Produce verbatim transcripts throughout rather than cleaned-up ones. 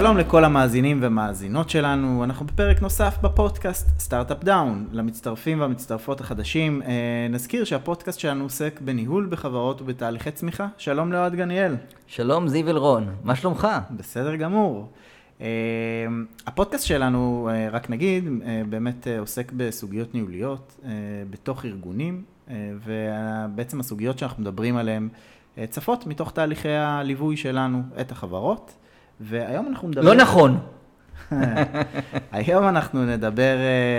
שלום לכל המאזינים ומאזינות שלנו, אנחנו בפרק נוסף בפודקאסט סטארט-אפ דאון. למצטרפים והמצטרפות החדשים, נזכיר שהפודקאסט שלנו עוסק בניהול בחברות ובתהליכי צמיחה. שלום לאוהד גניאל. שלום זיו אלרון, מה שלומך? בסדר גמור. הפודקאסט שלנו, רק נגיד, באמת עוסק בסוגיות ניהוליות בתוך ארגונים, ובעצם הסוגיות שאנחנו מדברים עליהן צפות מתוך תהליכי הליווי שלנו את החברות. והיום אנחנו נדבר... לא נכון. היום אנחנו נדבר...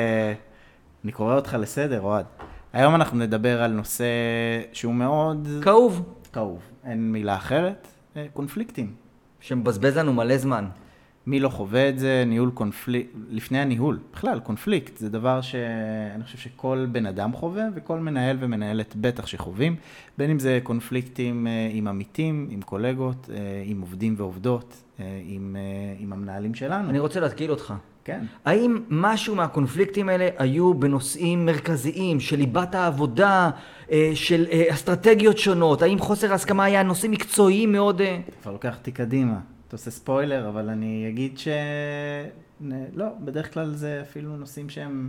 אני קורא אותך לסדר, אוהד. היום אנחנו נדבר על נושא שהוא מאוד... כאוב. כאוב. אין מילה אחרת. קונפליקטים. שמבזבז לנו מלא זמן. מי לא חווה את זה? ניהול קונפליקט... לפני הניהול. בכלל, קונפליקט זה דבר שאני חושב שכל בן אדם חווה, וכל מנהל ומנהלת בטח שחווים. בין אם זה קונפליקטים עם עמיתים, עם קולגות, עם עובדים ועובדות. עם, עם המנהלים שלנו. אני רוצה להתקיל אותך. כן. האם משהו מהקונפליקטים האלה היו בנושאים מרכזיים של ליבת העבודה, של אסטרטגיות שונות? האם חוסר ההסכמה היה נושאים מקצועיים מאוד? אתה כבר לוקח אותי קדימה. אתה עושה ספוילר, אבל אני אגיד ש... לא, בדרך כלל זה אפילו נושאים שהם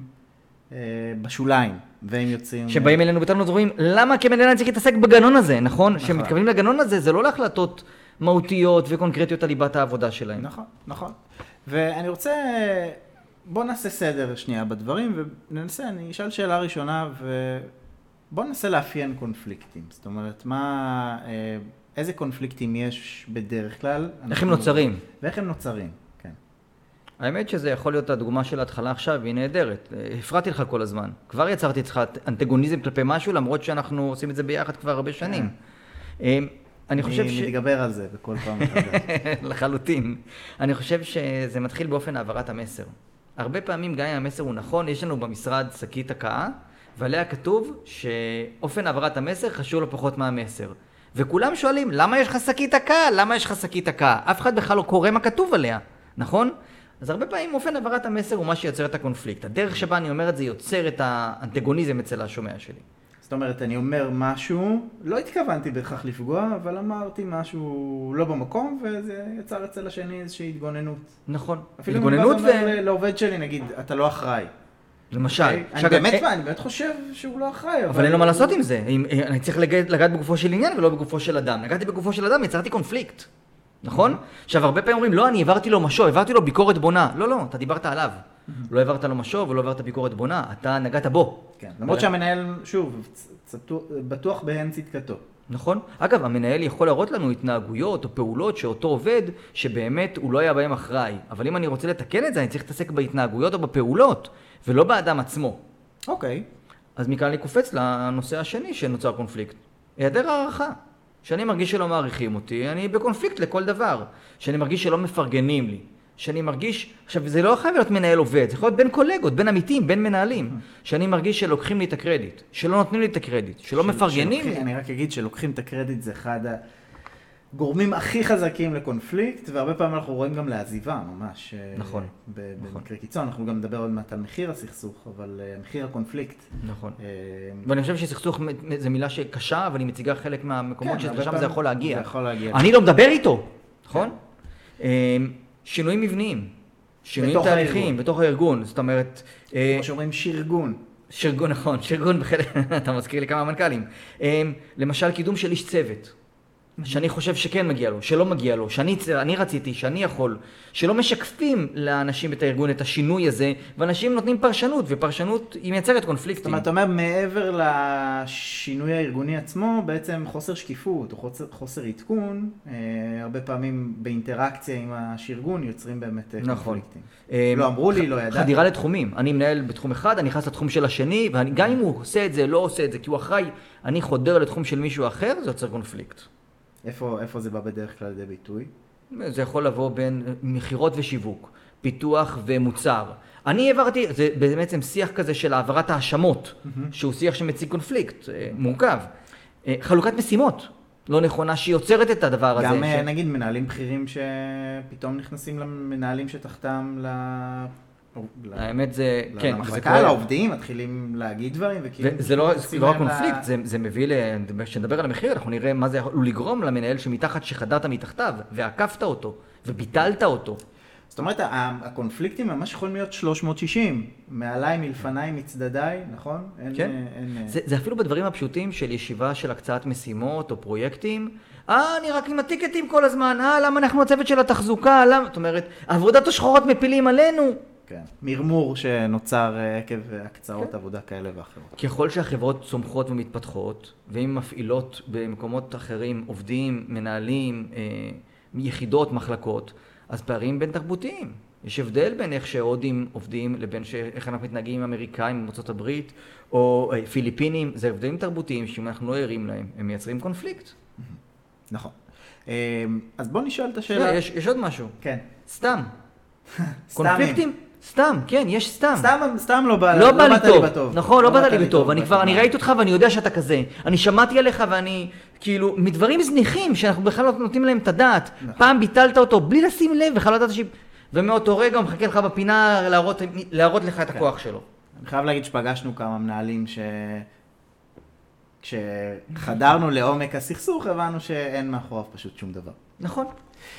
בשוליים, והם יוצאים... שבאים אלינו בתלונות ואומרים, למה כמנהל צריך להתעסק בגנון הזה, נכון? שמתכוונים לגנון הזה, זה לא להחלטות מהותיות וקונקרטיות על ליבת העבודה שלהם. נכון, נכון. ואני רוצה, בוא נעשה סדר שנייה בדברים, וננסה, אני אשאל שאלה ראשונה, ובוא ננסה לאפיין קונפליקטים. זאת אומרת, מה, איזה קונפליקטים יש בדרך כלל? איך הם נוצרים? ואיך הם נוצרים, כן. האמת שזה יכול להיות הדוגמה של ההתחלה עכשיו, והיא נהדרת. הפרעתי לך כל הזמן. כבר יצרתי אצלך אנטגוניזם כלפי משהו, למרות שאנחנו עושים את זה ביחד כבר הרבה שנים. אני חושב ש... אני מתגבר על זה בכל פעם מחדש. לחלוטין. אני חושב שזה מתחיל באופן העברת המסר. הרבה פעמים גם אם המסר הוא נכון, יש לנו במשרד שקית הקאה, ועליה כתוב שאופן העברת המסר חשוב לא פחות מהמסר. וכולם שואלים, למה יש לך שקית הקאה? למה יש לך שקית הקאה? אף אחד בכלל לא קורא מה כתוב עליה, נכון? אז הרבה פעמים אופן העברת המסר הוא מה שיוצר את הקונפליקט. הדרך שבה אני אומר את זה יוצר את האנטגוניזם אצל השומע שלי. זאת אומרת, אני אומר משהו, לא התכוונתי בכך לפגוע, אבל אמרתי משהו לא במקום, וזה יצר אצל השני איזושהי התגוננות. נכון. אפילו התגוננות ו... אפילו לעובד שלי, נגיד, אתה לא אחראי. למשל. אני באמת, אני באמת חושב שהוא לא אחראי. אבל אין לו מה לעשות עם זה. אני צריך לגעת בגופו של עניין ולא בגופו של אדם. נגעתי בגופו של אדם, יצרתי קונפליקט. נכון? עכשיו, הרבה פעמים אומרים, לא, אני העברתי לו משוב, העברתי לו ביקורת בונה. לא, לא, אתה דיברת עליו. לא העברת לו משוב ולא העברת ביקורת בונה, אתה נגעת בו. כן, למרות שהמנהל, שוב, בטוח בהן צדקתו. נכון? אגב, המנהל יכול להראות לנו התנהגויות או פעולות שאותו עובד, שבאמת הוא לא היה בהם אחראי. אבל אם אני רוצה לתקן את זה, אני צריך להתעסק בהתנהגויות או בפעולות, ולא באדם עצמו. אוקיי. אז מכאן אני קופץ לנושא השני שנוצר קונפליקט. היעדר הערכה. שאני מרגיש שלא מעריכים אותי, אני בקונפליקט לכל דבר. שאני מרגיש שלא מפרגנים לי. שאני מרגיש, עכשיו זה לא חייב להיות מנהל עובד, זה יכול להיות בין קולגות, בין עמיתים, בין מנהלים, שאני מרגיש שלוקחים לי את הקרדיט, שלא נותנים לי את הקרדיט, שלא מפרגנים. אני רק אגיד שלוקחים את הקרדיט זה אחד הגורמים הכי חזקים לקונפליקט, והרבה פעמים אנחנו רואים גם לעזיבה ממש. נכון. במקרה קיצון, אנחנו גם נדבר עוד מעט על מחיר הסכסוך, אבל מחיר הקונפליקט. נכון. ואני חושב שסכסוך זו מילה שקשה, אבל היא מציגה חלק מהמקומות ששם זה יכול להגיע. אני לא מדבר איתו, נכון? שינויים מבניים, שינויים תהליכים בתוך הארגון, זאת אומרת... כמו שאומרים שירגון. שירגון, נכון, שירגון בחלק, אתה מזכיר לי כמה מנכ"לים. למשל, קידום של איש צוות, שאני חושב שכן מגיע לו, שלא מגיע לו, שאני אני רציתי, שאני יכול, שלא משקפים לאנשים את הארגון את השינוי הזה, ואנשים נותנים פרשנות, ופרשנות היא מייצרת קונפליקטים. זאת אומרת, אתה אומר, מעבר לשינוי הארגוני עצמו, בעצם חוסר שקיפות או חוסר, חוסר עדכון, אה, הרבה פעמים באינטראקציה עם השארגון יוצרים באמת נכון. קונפליקטים. לא אמרו לי, לא ידעתי. חדירה לתחומים. אני מנהל בתחום אחד, אני נכנס לתחום של השני, וגם אם הוא עושה את זה, לא עושה את זה, כי הוא אחראי, אני חודר לתחום של מישהו אחר, זה יוצר קונפליקט. איפה, איפה זה בא בדרך כלל לידי ביטוי? זה יכול לבוא בין מחירות ושיווק, פיתוח ומוצר. אני העברתי, זה בעצם שיח כזה של העברת האשמות, mm-hmm. שהוא שיח שמציג קונפליקט, מורכב. חלוקת משימות, לא נכונה, שיוצרת את הדבר גם הזה. גם ש... נגיד מנהלים בכירים שפתאום נכנסים למנהלים שתחתם ל... האמת זה, כן. למחלקה, לעובדים, מתחילים להגיד דברים, וזה לא רק קונפליקט, זה מביא, כשנדבר על המחיר, אנחנו נראה מה זה יכול לגרום למנהל שמתחת שחדרת מתחתיו, ועקפת אותו, וביטלת אותו. זאת אומרת, הקונפליקטים ממש יכולים להיות שלוש מאות שישים, מעליי, מלפניי, מצדדיי, נכון? כן. זה, זה אפילו בדברים הפשוטים של ישיבה של הקצאת משימות או פרויקטים. אה, אני רק עם הטיקטים כל הזמן, אה, למה אנחנו הצוות של התחזוקה, למה? זאת אומרת, עבודת השחורות מפילים עלינו. כן, מרמור שנוצר עקב הקצאות כן. עבודה כאלה ואחרות. ככל שהחברות צומחות ומתפתחות, והן מפעילות במקומות אחרים, עובדים, מנהלים, אה, יחידות, מחלקות, אז פערים בין תרבותיים. יש הבדל בין איך שהודים עובדים לבין איך אנחנו מתנהגים עם אמריקאים, עם ארצות הברית, או פיליפינים. זה הבדלים תרבותיים שאם אנחנו לא ערים להם, הם מייצרים קונפליקט. נכון. אז בוא נשאל את השאלה. יש, יש עוד משהו. כן. סתם. קונפליקטים? סתם, כן, יש סתם. סתם, סתם לא בא, לא בא לי טוב. בטוב. נכון, לא בא לי בטוב. אני כבר, אני ראיתי אותך ואני יודע שאתה כזה. אני שמעתי עליך ואני, כאילו, מדברים זניחים שאנחנו בכלל לא נותנים להם את הדעת. פעם ביטלת אותו בלי לשים לב, בכלל לא יודעת ש... ומאותו רגע הוא מחכה לך בפינה להראות, להראות לך את הכוח שלו. אני חייב להגיד שפגשנו כמה מנהלים ש... כשחדרנו לעומק הסכסוך, הבנו שאין מאחוריו פשוט שום דבר. נכון.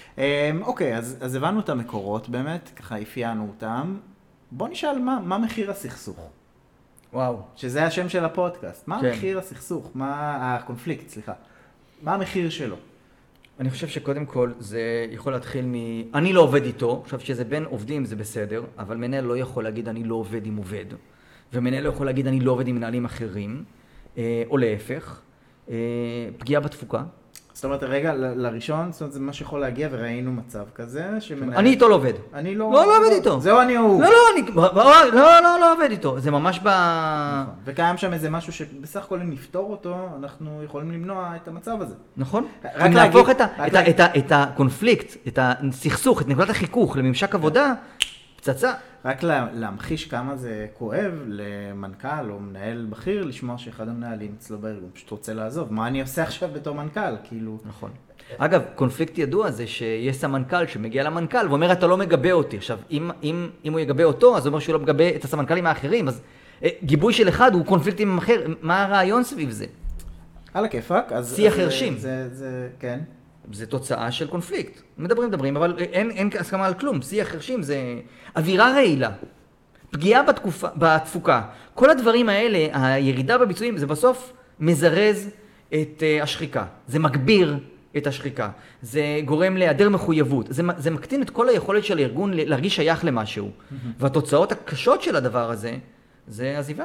אוקיי, אז, אז הבנו את המקורות באמת, ככה אפיינו אותם. בוא נשאל מה, מה מחיר הסכסוך. וואו. שזה השם של הפודקאסט. מה כן. מחיר הסכסוך? מה הקונפליקט, סליחה. מה המחיר שלו? אני חושב שקודם כל זה יכול להתחיל מ... אני לא עובד איתו, עכשיו שזה בין עובדים זה בסדר, אבל מנהל לא יכול להגיד אני לא עובד עם עובד, ומנהל לא יכול להגיד אני לא עובד עם מנהלים אחרים, או להפך, פגיעה בתפוקה. זאת אומרת, רגע, לראשון, זאת אומרת, זה מה שיכול להגיע, וראינו מצב כזה, שמנהל... אני איתו לא עובד. אני לא... לא, לא עובד איתו. זהו אני הוא. לא, לא, אני... לא, לא, לא עובד איתו. זה ממש ב... נכון. וקיים שם איזה משהו שבסך הכל אם נפתור אותו, אנחנו יכולים למנוע את המצב הזה. נכון. רק אם להגיד... נהפוך את הקונפליקט, את הסכסוך, את נקודת החיכוך לממשק עבודה, פצצה. רק להמחיש כמה זה כואב למנכ"ל או מנהל בכיר לשמוע שאחד המנהלים אצלו בארגון פשוט רוצה לעזוב. מה אני עושה עכשיו בתור מנכ"ל? כאילו... נכון. אגב, קונפליקט ידוע זה שיש סמנכ"ל שמגיע למנכ"ל ואומר אתה לא מגבה אותי. עכשיו, אם, אם, אם הוא יגבה אותו, אז הוא אומר שהוא לא מגבה את הסמנכ"לים האחרים. אז גיבוי של אחד הוא קונפליקט עם אחר. מה הרעיון סביב זה? על הכיפק. אז, שיח אז הרשים. זה, זה, כן. זה תוצאה של קונפליקט. מדברים, מדברים, אבל אין, אין הסכמה על כלום. שיח חרשים זה אווירה רעילה. פגיעה בתקופה, בתפוקה. כל הדברים האלה, הירידה בביצועים, זה בסוף מזרז את uh, השחיקה. זה מגביר את השחיקה. זה גורם להיעדר מחויבות. זה, זה מקטין את כל היכולת של הארגון להרגיש שייך למשהו. Mm-hmm. והתוצאות הקשות של הדבר הזה, זה עזיבה.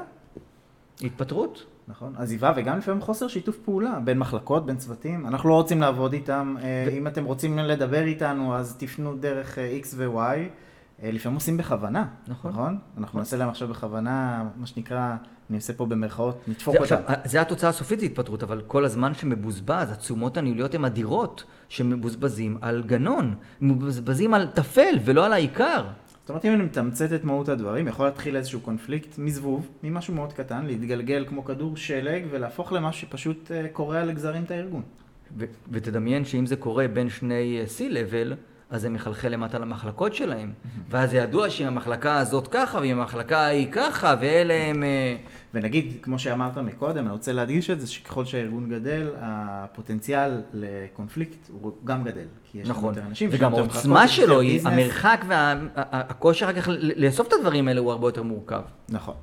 התפטרות. נכון, עזיבה וגם לפעמים חוסר שיתוף פעולה בין מחלקות, בין צוותים. אנחנו לא רוצים לעבוד איתם. ו... אם אתם רוצים לדבר איתנו, אז תפנו דרך X ו-Y. לפעמים עושים בכוונה, נכון? נכון? אנחנו נעשה להם עכשיו בכוונה, מה שנקרא, אני עושה פה במרכאות, נדפוק אותם. זה התוצאה הסופית, זה התפטרות, אבל כל הזמן שמבוזבז, התשומות הניהוליות הן אדירות, שמבוזבזים על גנון, מבוזבזים על תפל ולא על העיקר. זאת אומרת, אם אני מתמצת את מהות הדברים, יכול להתחיל איזשהו קונפליקט מזבוב, ממשהו מאוד קטן, להתגלגל כמו כדור שלג ולהפוך למשהו שפשוט קורע לגזרים את הארגון. ו- ותדמיין שאם זה קורה בין שני C-level, אז זה מחלחל למטה למחלקות שלהם. Mm-hmm. ואז זה ידוע שאם המחלקה הזאת ככה, ואם המחלקה היא ככה, ואלה הם... ונגיד, כמו שאמרת מקודם, אני רוצה להדגיש את זה, שככל שהארגון גדל, הפוטנציאל לקונפליקט הוא גם גדל. כי יש נכון. יותר אנשים, וגם העוצמה שלו, היא, המרחק והכושר אחר כך לאסוף את הדברים האלה הוא הרבה יותר מורכב. נכון.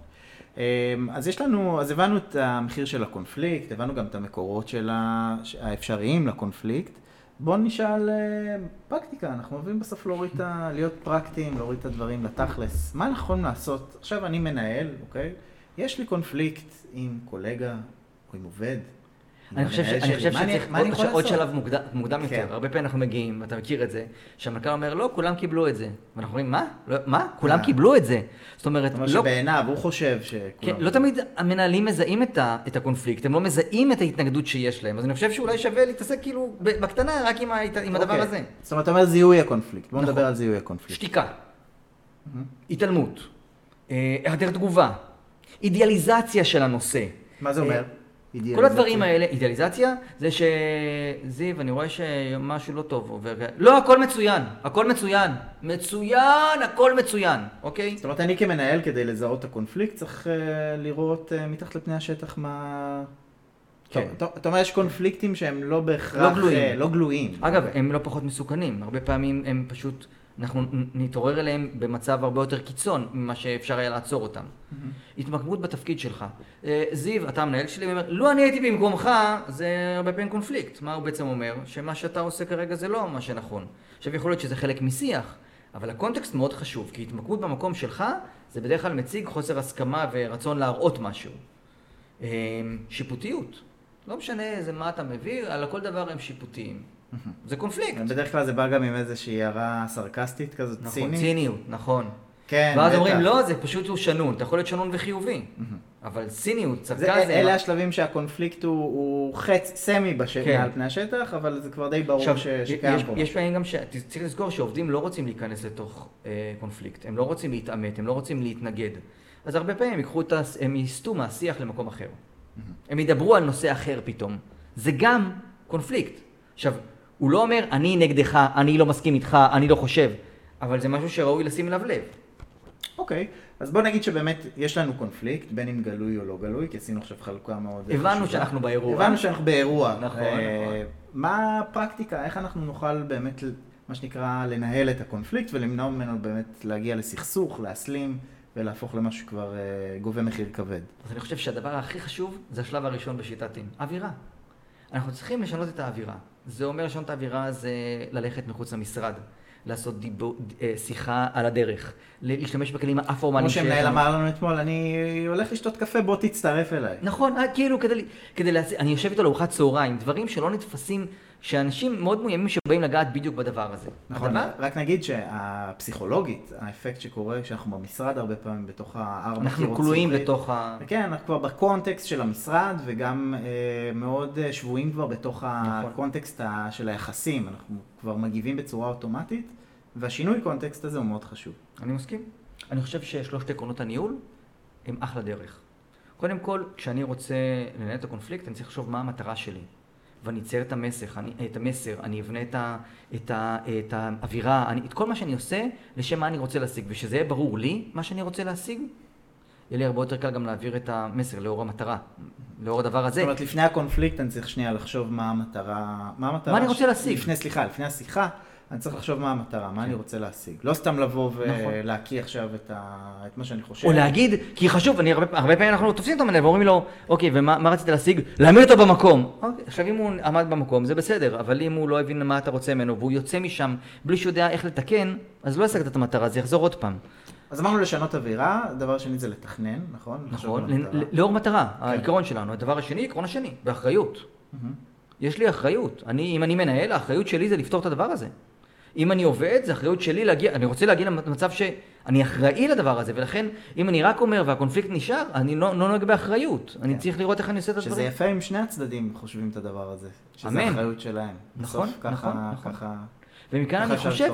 אז יש לנו, אז הבנו את המחיר של הקונפליקט, הבנו גם את המקורות של האפשריים לקונפליקט. בואו נשאל פרקטיקה, אנחנו אוהבים בסוף להוריד את ה... להיות פרקטיים, להוריד את הדברים לתכלס. מה אנחנו יכולים לעשות? עכשיו אני מנהל, אוקיי? יש לי קונפליקט עם קולגה או עם עובד. אני חושב שצריך עוד שלב מוקדם יותר. הרבה פעמים אנחנו מגיעים, ואתה מכיר את זה, שהמנכ"ל אומר, לא, כולם קיבלו את זה. ואנחנו אומרים, מה? מה? כולם קיבלו את זה. זאת אומרת, לא... שבעיניו, הוא חושב שכולם... כן, לא תמיד המנהלים מזהים את הקונפליקט, הם לא מזהים את ההתנגדות שיש להם. אז אני חושב שאולי שווה להתעסק כאילו בקטנה רק עם הדבר הזה. זאת אומרת, אתה אומר זיהוי הקונפליקט. בואו נדבר על זיהוי הקונפליקט. שתיקה, התעלמות, היעדר תגובה, אידיאליזציה של הנושא. מה זה אומר? כל הדברים האלה, אידיאליזציה, זה שזיו, אני רואה שמשהו לא טוב עובר. לא, הכל מצוין, הכל מצוין, מצוין, הכל מצוין, אוקיי? זאת אומרת, אני כמנהל, כדי לזהות את הקונפליקט, צריך לראות מתחת לפני השטח מה... כן. אתה אומר, יש קונפליקטים שהם לא בהכרח... לא גלויים. לא גלויים. אגב, הם לא פחות מסוכנים. הרבה פעמים הם פשוט אנחנו נתעורר אליהם במצב הרבה יותר קיצון ממה שאפשר היה לעצור אותם. Mm-hmm. התמקמות בתפקיד שלך. זיו, אתה המנהל שלי, אומר, לא אני הייתי במקומך, זה הרבה פעמים קונפליקט. מה הוא בעצם אומר? שמה שאתה עושה כרגע זה לא מה שנכון. עכשיו יכול להיות שזה חלק משיח, אבל הקונטקסט מאוד חשוב, כי התמקמות במקום שלך זה בדרך כלל מציג חוסר הסכמה ורצון להראות משהו. שיפוטיות. לא משנה איזה מה אתה מביא, על כל דבר הם שיפוטיים. זה קונפליקט. בדרך כלל זה בא גם עם איזושהי הערה סרקסטית כזאת, נכון, צינית. ציניות, נכון. כן, ואז בטח. אומרים, לא, זה פשוט הוא שנון, אתה יכול להיות שנון וחיובי. אבל ציניות, צדקה זה... זה... אלה השלבים שהקונפליקט הוא, הוא חץ, סמי בשטח, כן. על פני השטח, אבל זה כבר די ברור עכשיו, ש... שקיים יש, פה. יש פעמים גם ש... צריך לזכור שעובדים לא רוצים להיכנס לתוך אה, קונפליקט, הם לא רוצים להתעמת, הם לא רוצים להתנגד. אז הרבה פעמים הם ייקחו את ה... הם ייסטו מהשיח למקום אחר. הם ידברו על נושא אחר פתאום. זה גם קונפליקט. עכשיו, הוא לא אומר, אני נגדך, אני לא מסכים איתך, אני לא חושב, אבל זה משהו שראוי לשים אליו לב. אוקיי, אז בוא נגיד שבאמת יש לנו קונפליקט, בין אם גלוי או לא גלוי, כי עשינו עכשיו חלוקה מאוד חשובה. הבנו שאנחנו באירוע. הבנו שאנחנו באירוע. נכון, אה, נכון. מה הפרקטיקה, איך אנחנו נוכל באמת, מה שנקרא, לנהל את הקונפליקט ולמנוע ממנו באמת להגיע לסכסוך, להסלים ולהפוך למשהו שכבר אה, גובה מחיר כבד. אז אני חושב שהדבר הכי חשוב זה השלב הראשון בשיטת אם, אווירה. אנחנו צריכים לשנות את האווירה. זה אומר לשנות את האווירה זה ללכת מחוץ למשרד, לעשות דיבו, שיחה על הדרך, להשתמש בכלים האפורמליים. כמו שמנהל אמר לנו אתמול, אני הולך לשתות קפה, בוא תצטרף אליי. נכון, כאילו כדי, כדי להצ... אני יושב איתו לארוחת צהריים, דברים שלא נתפסים, שאנשים מאוד מאוימים שבאים לגעת בדיוק בדבר הזה. נכון, הדבר... רק נגיד שהפסיכולוגית, האפקט שקורה כשאנחנו במשרד הרבה פעמים בתוך הארבע אנחנו כלואים בתוך ה... כן, אנחנו כבר בקונטקסט של המשרד וגם אה, מאוד שבועים כבר בתוך נכון. הקונטקסט של היחסים, אנחנו כבר מגיבים בצורה אוטומטית, והשינוי קונטקסט הזה הוא מאוד חשוב. אני מסכים. אני חושב ששלושת עקרונות הניהול הם אחלה דרך. קודם כל, כשאני רוצה לנהל את הקונפליקט, אני צריך לחשוב מה המטרה שלי. ואני אצייר את המסר, אני, את המסר, אני אבנה את, ה, את, ה, את האווירה, אני, את כל מה שאני עושה לשם מה אני רוצה להשיג, ושזה יהיה ברור לי מה שאני רוצה להשיג, יהיה לי הרבה יותר קל גם להעביר את המסר לאור המטרה, לאור הדבר הזה. זאת אומרת, לפני הקונפליקט אני צריך שנייה לחשוב מה המטרה, מה המטרה... מה אני רוצה להשיג? לפני, סליחה, לפני השיחה, אני צריך לחשוב מה המטרה, מה אני רוצה להשיג. לא סתם לבוא ולהקיא עכשיו את, ה... את מה שאני חושב. או להגיד, כי חשוב, אני הרבה, הרבה פעמים אנחנו תופסים אותו מנהל ואומרים לו, אוקיי, ומה מה רצית להשיג? להעמיד אותו במקום. אוקיי, עכשיו אם הוא עמד במקום, זה בסדר, אבל אם הוא לא הבין מה אתה רוצה ממנו, והוא יוצא משם בלי שהוא יודע איך לתקן, אז לא השגת את המטרה, זה יחזור עוד פעם. אז אמרנו לשנות אווירה, הדבר השני זה לתכנן, נכון? נכון, לאור מטרה, העיקרון שלנו. הדבר השני, עקרון השני, באחריות. יש לי אחריות. אני, אם אני מנהל, האחריות שלי זה לפתור את הדבר הזה. אם אני עובד, זה אחריות שלי להגיע, אני רוצה להגיע למצב שאני אחראי לדבר הזה, ולכן אם אני רק אומר והקונפליקט נשאר, אני לא, לא נוהג באחריות. אני צריך לראות איך אני עושה את הדברים. שזה יפה אם שני הצדדים חושבים את הדבר הזה. שזה האחריות שלהם. נכון, נכון, נכון. ככה... ומכאן אני חושב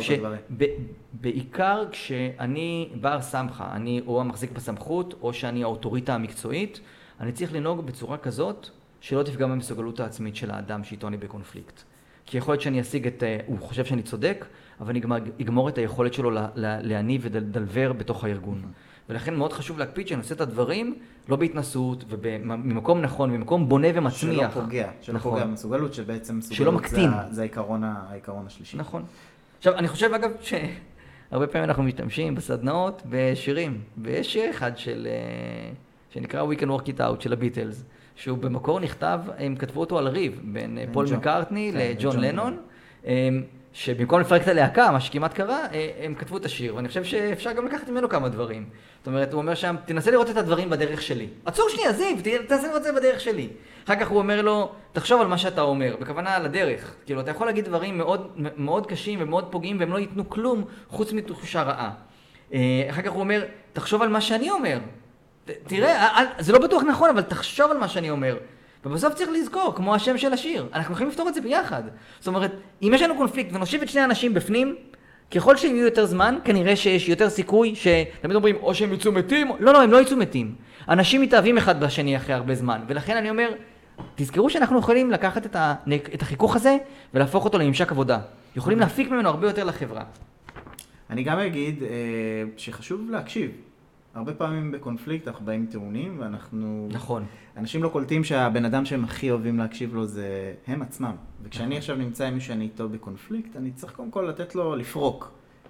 שבעיקר כשאני בר סמכה, אני או המחזיק בסמכות, או שאני האוטוריטה המקצועית, אני צריך לנהוג בצורה כזאת שלא תפגע במסוגלות העצמית של האדם שאיתו אני בקונפליקט. כי יכול להיות שאני אשיג את, הוא חושב שאני צודק, אבל אני אגמור את היכולת שלו להניב ודלבר בתוך הארגון. ולכן מאוד חשוב להקפיד שאני עושה את הדברים, לא בהתנסות, וממקום נכון, ממקום בונה ומצמיח. שלא פוגע, שלא פוגע במסוגלות, שבעצם שלא מקטין. זה העיקרון השלישי. נכון. עכשיו, אני חושב אגב שהרבה פעמים אנחנו משתמשים בסדנאות בשירים, ויש שיר אחד של, שנקרא We Can Work It Out של הביטלס, שהוא במקור נכתב, הם כתבו אותו על ריב, בין פול מקארטני לג'ון לנון, שבמקום לפרק את הלהקה, מה שכמעט קרה, הם כתבו את השיר, ואני חושב שאפשר גם לקחת ממנו כמה דברים. זאת אומרת, הוא אומר שם, תנסה לראות את הדברים בדרך שלי. עצור שנייה, זיו, תנסה לראות את זה בדרך שלי. אחר כך הוא אומר לו, תחשוב על מה שאתה אומר, בכוונה על הדרך. כאילו, אתה יכול להגיד דברים מאוד, מאוד קשים ומאוד פוגעים, והם לא ייתנו כלום חוץ מתחושה רעה. אחר כך הוא אומר, תחשוב על מה שאני אומר. תראה, זה לא בטוח נכון, אבל תחשוב על מה שאני אומר. ובסוף צריך לזכור, כמו השם של השיר, אנחנו יכולים לפתור את זה ביחד. זאת אומרת, אם יש לנו קונפליקט ונושיב את שני האנשים בפנים, ככל שהם יהיו יותר זמן, כנראה שיש יותר סיכוי שתמיד אומרים, או שהם יצאו מתים, לא, לא, הם לא יצאו מתים. אנשים מתאהבים אחד בשני אחרי הרבה זמן, ולכן אני אומר, תזכרו שאנחנו יכולים לקחת את, ה... את החיכוך הזה ולהפוך אותו לממשק עבודה. יכולים להפיק ממנו הרבה יותר לחברה. אני גם אגיד שחשוב להקשיב. הרבה פעמים בקונפליקט אנחנו באים טעונים ואנחנו... נכון. אנשים לא קולטים שהבן אדם שהם הכי אוהבים להקשיב לו זה הם עצמם. וכשאני עכשיו נמצא עם מי שאני איתו בקונפליקט, אני צריך קודם כל לתת לו לפרוק.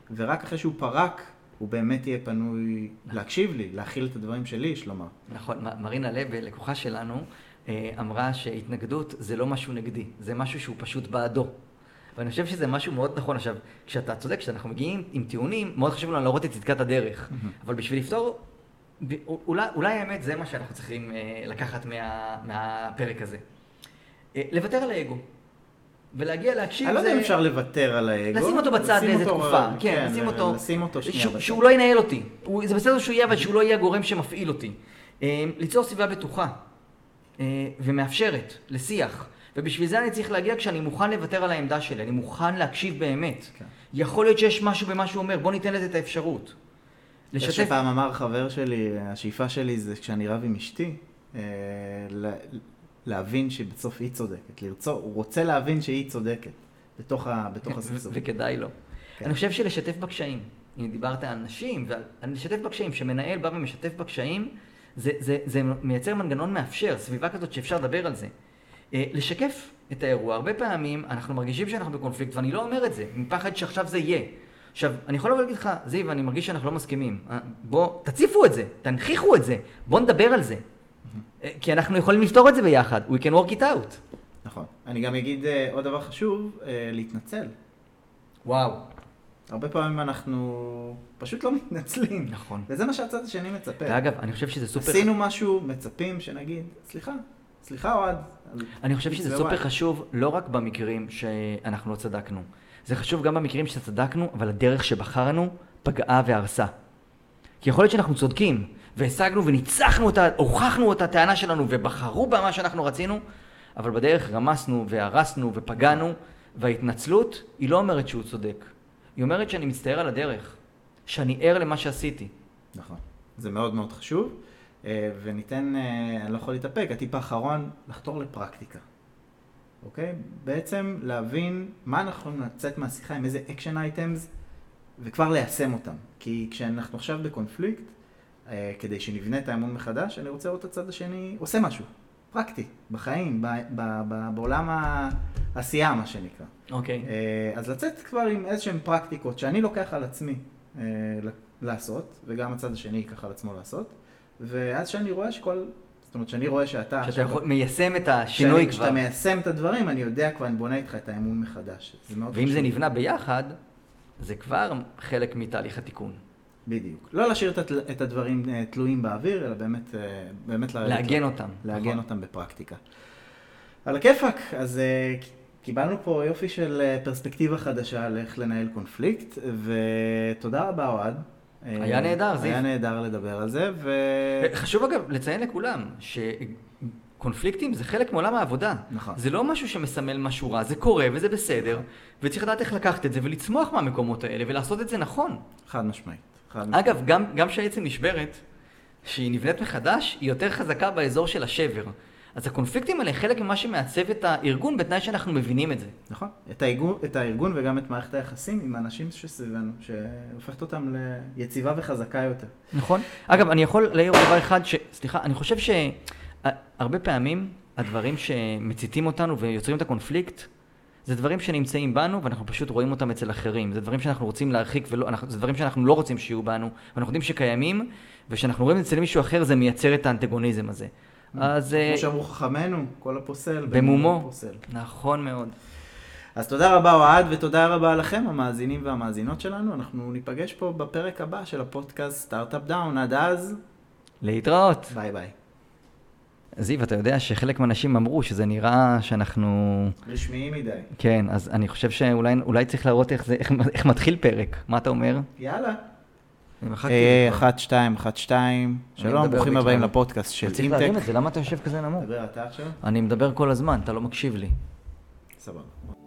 ורק אחרי שהוא פרק, הוא באמת יהיה פנוי להקשיב לי, להכיל את הדברים שלי, יש לומר. נכון, מרינה לב, לקוחה שלנו, אמרה שהתנגדות זה לא משהו נגדי, זה משהו שהוא פשוט בעדו. ואני חושב שזה משהו מאוד נכון. עכשיו, כשאתה צודק, כשאנחנו מגיעים עם טיעונים, מאוד חשוב לנו להראות את צדקת הדרך. אבל בשביל לפתור, אולי, אולי האמת זה מה שאנחנו צריכים לקחת מה, מהפרק הזה. לוותר על האגו. ולהגיע להקשיב אני זה... לא יודע אם אפשר לוותר על האגו. לשים אותו בצד לאיזה תקופה. כן, לשים אותו... לשים אותו שנייה בצד. שהוא לא ינהל אותי. זה בסדר שהוא יהיה, אבל שהוא לא יהיה הגורם שמפעיל אותי. ליצור סביבה בטוחה ומאפשרת לשיח. ובשביל זה אני צריך להגיע כשאני מוכן לוותר על העמדה שלי. אני מוכן להקשיב באמת. יכול להיות שיש משהו במה שהוא אומר. בוא ניתן לזה את האפשרות. לשתף... שפעם אמר חבר שלי, השאיפה שלי זה כשאני רב עם אשתי, להבין שבסוף היא צודקת, לרצות, הוא רוצה להבין שהיא צודקת בתוך, ה, בתוך הסכסוך. וכדאי לו. כן. אני חושב שלשתף בקשיים, אם דיברת על נשים, לשתף בקשיים, שמנהל בא ומשתף בקשיים, זה, זה, זה מייצר מנגנון מאפשר, סביבה כזאת שאפשר לדבר על זה. לשקף את האירוע, הרבה פעמים אנחנו מרגישים שאנחנו בקונפליקט, ואני לא אומר את זה, מפחד שעכשיו זה יהיה. עכשיו, אני יכול להגיד לך, זיו, אני מרגיש שאנחנו לא מסכימים. בוא, תציפו את זה, תנכיחו את זה, בוא נדבר על זה. כי אנחנו יכולים לפתור את זה ביחד. We can work it out. נכון. אני גם אגיד uh, עוד דבר חשוב, uh, להתנצל. וואו. הרבה פעמים אנחנו פשוט לא מתנצלים. נכון. וזה מה שהצד השני מצפה. ואגב, אני חושב שזה סופר... עשינו משהו, מצפים שנגיד, סליחה, סליחה אוהד. אני חושב שזה סופר חשוב, לא רק במקרים שאנחנו לא צדקנו. זה חשוב גם במקרים שצדקנו, אבל הדרך שבחרנו פגעה והרסה. כי יכול להיות שאנחנו צודקים, והשגנו וניצחנו אותה, הוכחנו את הטענה שלנו ובחרו במה שאנחנו רצינו, אבל בדרך רמסנו והרסנו ופגענו, וההתנצלות היא לא אומרת שהוא צודק. היא אומרת שאני מצטער על הדרך, שאני ער למה שעשיתי. נכון. זה מאוד מאוד חשוב, וניתן, אני לא יכול להתאפק, הטיפ האחרון, לחתור לפרקטיקה. אוקיי? בעצם להבין מה אנחנו נצאת מהשיחה, עם איזה אקשן אייטמס, וכבר ליישם אותם. כי כשאנחנו עכשיו בקונפליקט, כדי שנבנה את האמון מחדש, אני רוצה לראות את הצד השני עושה משהו, פרקטי, בחיים, ב- ב- ב- בעולם העשייה, מה שנקרא. אוקיי. Okay. אז לצאת כבר עם איזשהם פרקטיקות שאני לוקח על עצמי לעשות, וגם הצד השני ייקח על עצמו לעשות, ואז שאני רואה שכל, זאת אומרת שאני רואה שאתה... שאתה יכול מיישם את השינוי כבר. כשאתה מיישם את הדברים, אני יודע כבר, אני בונה איתך את האמון מחדש. ואם זה נבנה ביחד, זה כבר חלק מתהליך התיקון. בדיוק. לא להשאיר את הדברים תלויים באוויר, אלא באמת, באמת להגן אותם. להגן אותם בפרקטיקה. על הכיפק, אז קיבלנו פה יופי של פרספקטיבה חדשה על איך לנהל קונפליקט, ותודה רבה אוהד. היה נהדר, זיו. היה נהדר לדבר על זה, ו... חשוב אגב לציין לכולם, שקונפליקטים זה חלק מעולם העבודה. נכון. זה לא משהו שמסמל משהו רע, זה קורה וזה בסדר, וצריך לדעת איך לקחת את זה ולצמוח מהמקומות האלה ולעשות את זה נכון. חד משמעית. אגב, גם, גם שהעצם נשברת, שהיא נבנית מחדש, היא יותר חזקה באזור של השבר. אז הקונפליקטים האלה חלק ממה שמעצב את הארגון בתנאי שאנחנו מבינים את זה. נכון. את הארגון, את הארגון וגם את מערכת היחסים עם האנשים שסביבנו, שהופכת אותם ליציבה וחזקה יותר. נכון. אגב, אני יכול להעיר דבר אחד ש... סליחה, אני חושב שהרבה פעמים הדברים שמציתים אותנו ויוצרים את הקונפליקט, זה דברים שנמצאים בנו ואנחנו פשוט רואים אותם אצל אחרים. זה דברים שאנחנו רוצים להרחיק ולא, זה דברים שאנחנו לא רוצים שיהיו בנו, ואנחנו יודעים שקיימים, ושאנחנו רואים אצל מישהו אחר זה מייצר את האנטגוניזם הזה. אז... כמו שאמרו חכמנו, כל הפוסל במומו פוסל. נכון מאוד. אז תודה רבה אוהד, ותודה רבה לכם, המאזינים והמאזינות שלנו. אנחנו ניפגש פה בפרק הבא של הפודקאסט סטארט-אפ דאון. עד אז... להתראות. ביי ביי. זיו, אתה יודע שחלק מהאנשים אמרו שזה נראה שאנחנו... רשמיים מדי. כן, אז אני חושב שאולי אולי צריך להראות איך, זה, איך, איך מתחיל פרק. מה אתה אומר? יאללה. אחת, שתיים, אחת, שתיים. שלום, ברוכים הבאים לפודקאסט של אימטק. צריך להרים את זה, למה אתה יושב כזה נמוך? מדבר אתה עכשיו? אני מדבר כל הזמן, אתה לא מקשיב לי. סבבה.